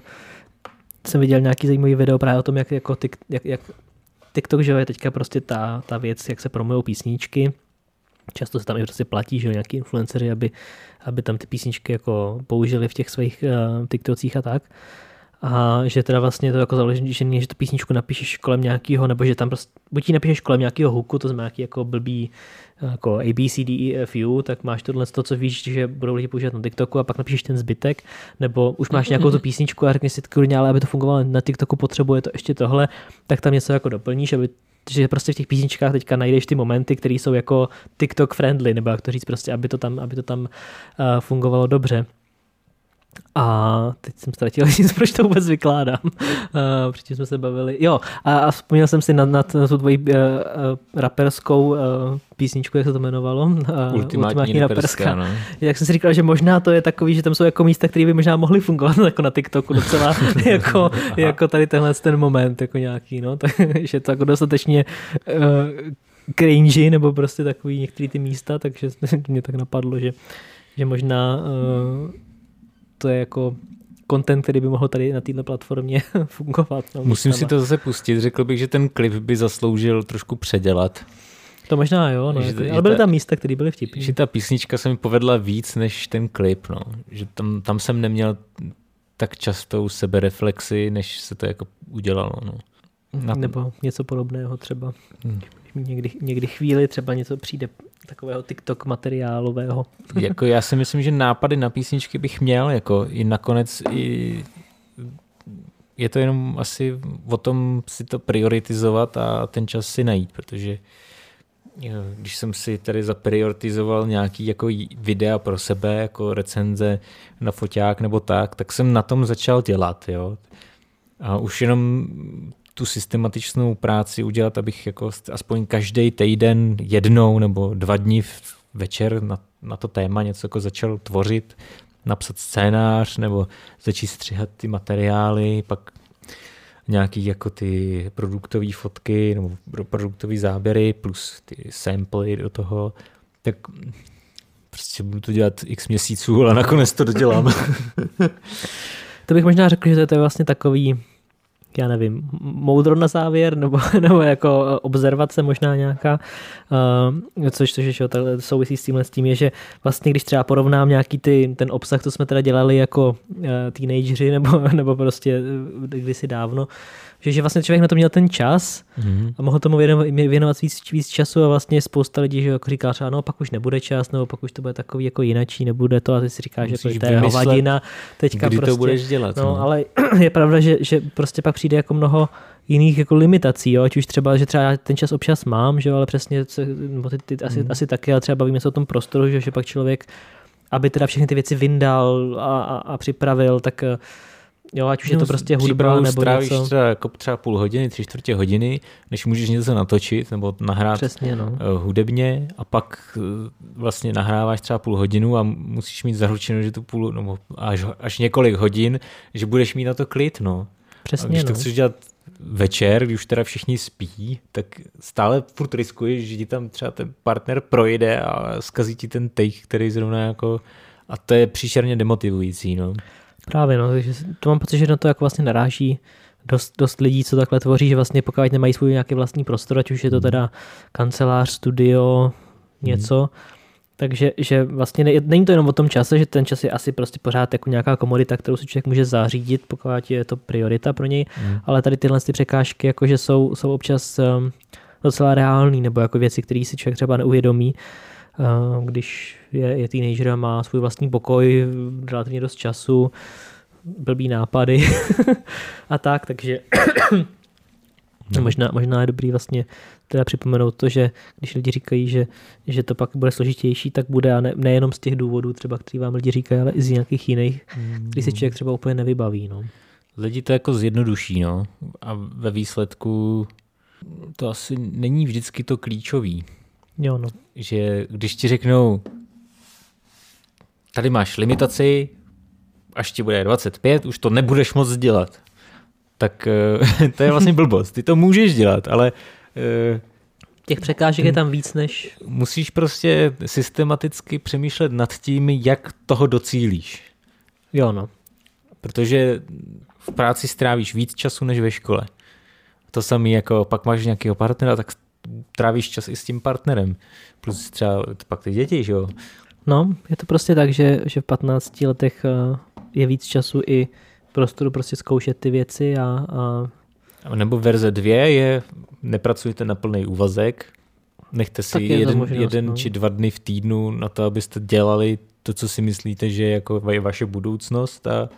jsem viděl nějaký zajímavý video právě o tom, jak TikTok, že je teďka prostě ta věc, jak se promujou písničky. Často se tam i prostě platí, že nějaký influenceři, aby tam ty písničky jako použili v těch svých TikTokcích a tak. A že teda vlastně to jako založený, že tu písničku napíšeš kolem nějakého, nebo že tam prostě, buď ji napíšeš kolem nějakého hooku, to znamená nějaký jako blbý jako A, B, C, D, E, F, U, tak máš tohle to, co víš, že budou lidi používat na TikToku a pak napíšeš ten zbytek, nebo už máš nějakou tu písničku a řekneš si, ale aby to fungovalo na TikToku, potřebuje to ještě tohle, tak tam něco jako doplníš, že prostě v těch písničkách teďka najdeš ty momenty, které jsou jako TikTok friendly, nebo jak to říct prostě, aby to tam fungovalo dobře. A teď jsem ztratil nic, proč to vůbec vykládám. Předtím jsme se bavili. Jo, a vzpomněl jsem si na tu tvoji raperskou písničku, jak se to jmenovalo. Ultimátní raperská. No. Jak jsem si říkal, že možná to je takový, že tam jsou jako místa, které by možná mohly fungovat jako na TikToku docela, jako tady tenhle ten moment, jako nějaký, no. Takže to jako dostatečně cringy, nebo prostě takový některé ty místa, takže mě tak napadlo, že možná to je jako content, který by mohl tady na této platformě fungovat. No, musím si to zase pustit. Řekl bych, že ten klip by zasloužil trošku předělat. To možná jo, no, ale byly tam místa, které byly vtipné. Že ta písnička se mi povedla víc než ten klip. No. Že tam jsem neměl tak častou sebereflexi, než se to jako udělalo. No. Nebo něco podobného třeba. Někdy chvíli třeba něco přijde takového TikTok materiálového. Jako já si myslím, že nápady na písničky bych měl, jako i nakonec je to jenom asi o tom si to prioritizovat a ten čas si najít, protože když jsem si tady zaprioritizoval nějaký jako videa pro sebe, jako recenze na foťák nebo tak jsem na tom začal dělat, jo. A už jenom tu systematičnou práci udělat, abych jako aspoň každý týden jednou nebo 2 dny večer na to téma něco jako začal tvořit, napsat scénář nebo začít stříhat ty materiály, pak nějaký jako ty produktové fotky nebo produktové záběry plus ty samply do toho, tak prostě budu to dělat x měsíců, ale nakonec to dodělám. To bych možná řekl, že to je vlastně takový, já nevím, moudro na závěr, nebo jako observace možná nějaká, což souvisí s tím je, že vlastně když třeba porovnám nějaký ten obsah, co jsme teda dělali jako teenageři, nebo prostě kdysi dávno, že vlastně člověk na to měl ten čas a mohl tomu věnovat víc času a vlastně spousta lidí, že jako říká třeba, no pak už nebude čas, nebo pak už to bude takový jako jinačí, nebude to a ty si říkáš, že to je hovadina. Teďka kdy prostě, to budeš dělat. No, ale je pravda, že prostě pak přijde jako mnoho jiných jako limitací, jo? Ať už třeba, že třeba ten čas občas mám, že jo? Ale přesně ty asi taky, ale třeba bavíme se o tom prostoru, že pak člověk, aby teda všechny ty věci vyndal a připravil, tak jo, ať už je to prostě hudba nebo něco. Třeba půl hodiny, 3/4 hodiny, než můžeš něco natočit nebo nahrát přesně, no. Hudebně a pak vlastně nahráváš třeba půl hodinu a musíš mít zaručeno, že tu nebo až několik hodin, že budeš mít na to klid, no. Přesně, a když to chceš dělat večer, když už teda všichni spí, tak stále furt riskuješ, že ti tam třeba ten partner projde a zkazí ti ten take, který zrovna jako, a to je příšerně demotivující, no. Právě, no, takže to mám pocit, že na to jako vlastně naráží dost lidí, co takhle tvoří, že vlastně pokud nemají svůj nějaký vlastní prostor, ať už je to teda kancelář, studio, něco, takže že vlastně není to jenom o tom čase, že ten čas je asi prostě pořád jako nějaká komodita, kterou si člověk může zařídit, pokud je to priorita pro něj, ale tady tyhle ty překážky jakože jsou občas docela reální, nebo jako věci, které si člověk třeba neuvědomí, když je teenager a má svůj vlastní pokoj, relativně dost času, blbý nápady a tak, takže možná je dobrý vlastně teda připomenout to, že když lidi říkají, že to pak bude složitější, tak bude a nejenom z těch důvodů třeba, který vám lidi říkají, ale i z nějakých jiných, který si člověk třeba úplně nevybaví. No. Lidi to jako zjednoduší, no, a ve výsledku to asi není vždycky to klíčový. Jo, no. Že když ti řeknou, tady máš limitaci, až ti bude 25, už to nebudeš moc dělat. Tak to je vlastně blbost. Ty to můžeš dělat, ale těch překážek je tam víc než... Musíš prostě systematicky přemýšlet nad tím, jak toho docílíš. Jo, no. Protože v práci strávíš víc času než ve škole. To samé, jako pak máš nějakého partnera, tak trávíš čas i s tím partnerem. Plus třeba pak ty děti, že jo? No, je to prostě tak, že v 15 letech je víc času i prostoru prostě zkoušet ty věci a... Nebo verze 2 je, nepracujte na plný úvazek, nechte si jeden či 2 dny v týdnu na to, abyste dělali to, co si myslíte, že je jako vaše budoucnost a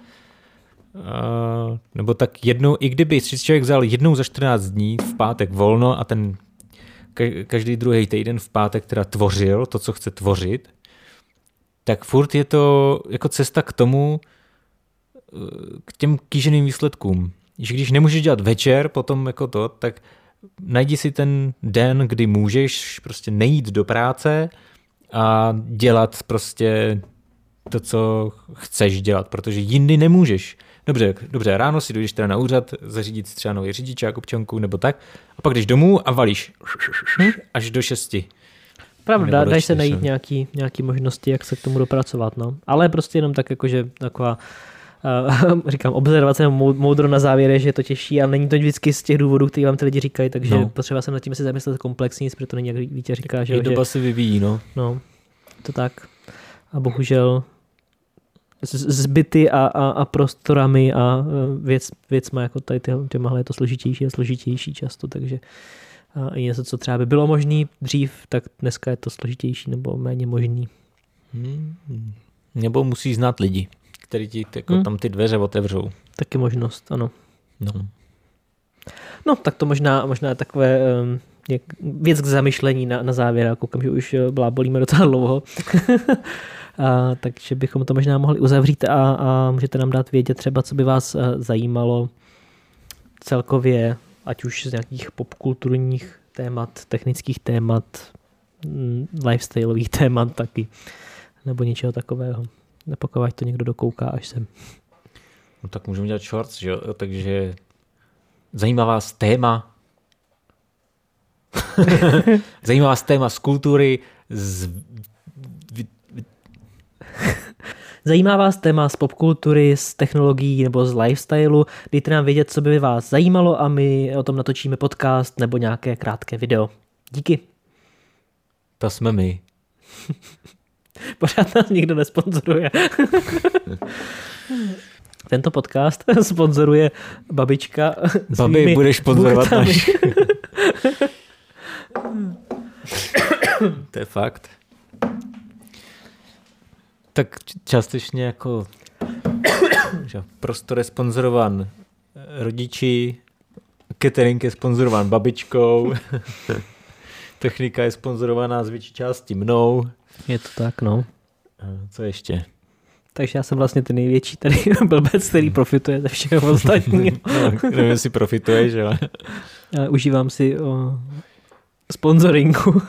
nebo tak jednou, i kdyby si člověk vzal jednou za 14 dní v pátek volno a ten každý druhý týden v pátek teda tvořil to, co chce tvořit, tak furt je to jako cesta k tomu k těm kýženým výsledkům. Že když nemůžeš dělat večer, potom jako to, tak najdi si ten den, kdy můžeš prostě nejít do práce a dělat prostě to, co chceš dělat, protože jindy nemůžeš. Dobře, ráno si dojdeš teda na úřad, zařídit si třeba nový řidičák, občanku nebo tak, a pak jdeš domů a valíš až do 6. Pravda, dají se najít nějaký možnosti, jak se k tomu dopracovat, no. Ale prostě jenom tak jakože taková říkám, observace moudro na závěr je, že je to těžší, ale není to vždycky z těch důvodů, který vám ty lidi říkají, takže potřeba se nad tím si zamyslet komplexně, protože to není, jak Vítě říká. Že doba se vyvíjí, no. No, to tak. A bohužel zbyty a prostorami a věcma jako tady těmahle je to složitější a složitější často, takže i něco, co třeba by bylo možný dřív, tak dneska je to složitější nebo méně možný. Nebo musí znát lidi, kteří ti jako tam ty dveře otevřou. Taky možnost, ano. No, tak to možná je takové věc k zamyšlení na závěr. Já koukám, že už blábolíme docela dlouho. Takže bychom to možná mohli uzavřít a můžete nám dát vědět třeba, co by vás zajímalo celkově, ať už z nějakých popkulturních témat, technických témat, lifestyleových témat taky, nebo něčeho takového. Nepokovat to někdo dokouká až sem. No tak můžeme dělat shorts, že jo? Takže zajímá vás téma z kultury, Zajímá vás téma z popkultury, z technologií nebo z lifestylu, dejte nám vědět, co by vás zajímalo a my o tom natočíme podcast nebo nějaké krátké video. Díky. To jsme my. Pořád nás nikdo nesponzoruje. Tento podcast sponzoruje babička. Babi, budeš sponzorovat náš. To je fakt. Tak částečně jako prostor je sponzorován rodiči, catering je sponzorován babičkou, technika je sponzorovaná z větší části mnou. Je to tak, no. Co ještě? Takže já jsem vlastně ten největší tady blbec, který profituje ze všeho ostatního. No, nevím, jestli profituješ, ale... Užívám si sponsoringu.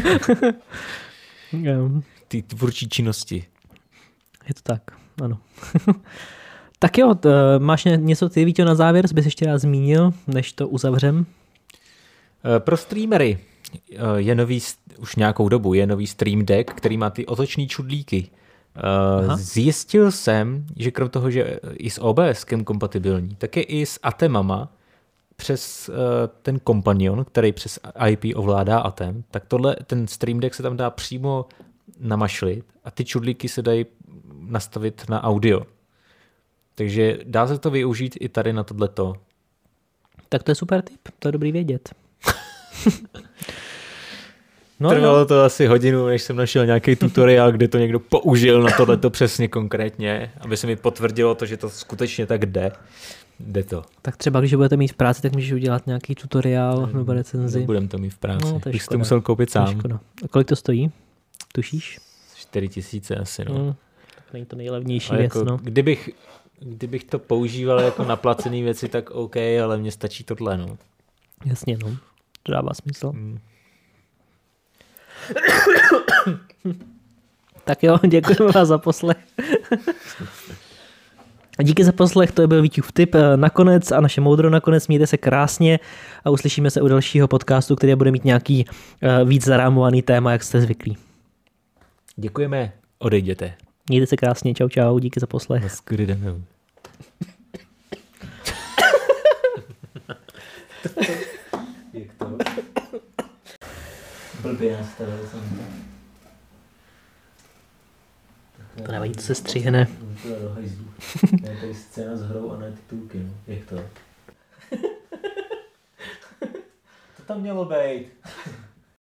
Ty tvůrčí činnosti. Je to tak, ano. Tak jo, máš něco ty, Víťo, na závěr, bys ještě rád zmínil, než to uzavřem? Pro streamery je nový, už nějakou dobu, je nový Stream Deck, který má ty otočný čudlíky. Zjistil jsem, že krom toho, že i s OBSkem kompatibilní, tak je i s Atemama přes ten Companion, který přes IP ovládá Atem, tak ten Stream Deck se tam dá přímo namašlit a ty čudlíky se dají nastavit na audio. Takže dá se to využít i tady na tohleto. Tak to je super tip, to je dobrý vědět. Trvalo to asi hodinu, než jsem našel nějaký tutoriál, kde to někdo použil na tohleto přesně konkrétně, aby se mi potvrdilo to, že to skutečně tak jde. Jde to. Tak třeba, když budete mít v práci, tak můžeš udělat nějaký tutoriál nebo recenzi. Nebudem to mít v práci. No, bych to musel koupit sám. A kolik to stojí? Tušíš? 4 000 asi, no. Tak není to nejlevnější věc, jako, no. Kdybych to používal jako na placený věci, tak OK, ale mně stačí tohle, no. Jasně, no. To dává smysl. Tak jo, děkujeme vás za poslech. Díky za poslech, to byl Víťův tip nakonec a naše moudro nakonec. Mějte se krásně a uslyšíme se u dalšího podcastu, který bude mít nějaký víc zarámovaný téma, jak jste zvyklí. Děkujeme, odejděte. Mějte se krásně, čau, čau, díky za poslech. Naschledanou. Jak to? Blbě nastavil jsem to. To nevadí, to se střihne. To je tady scéna s hrou a ne titulky, no. Jak to? To tam mělo být.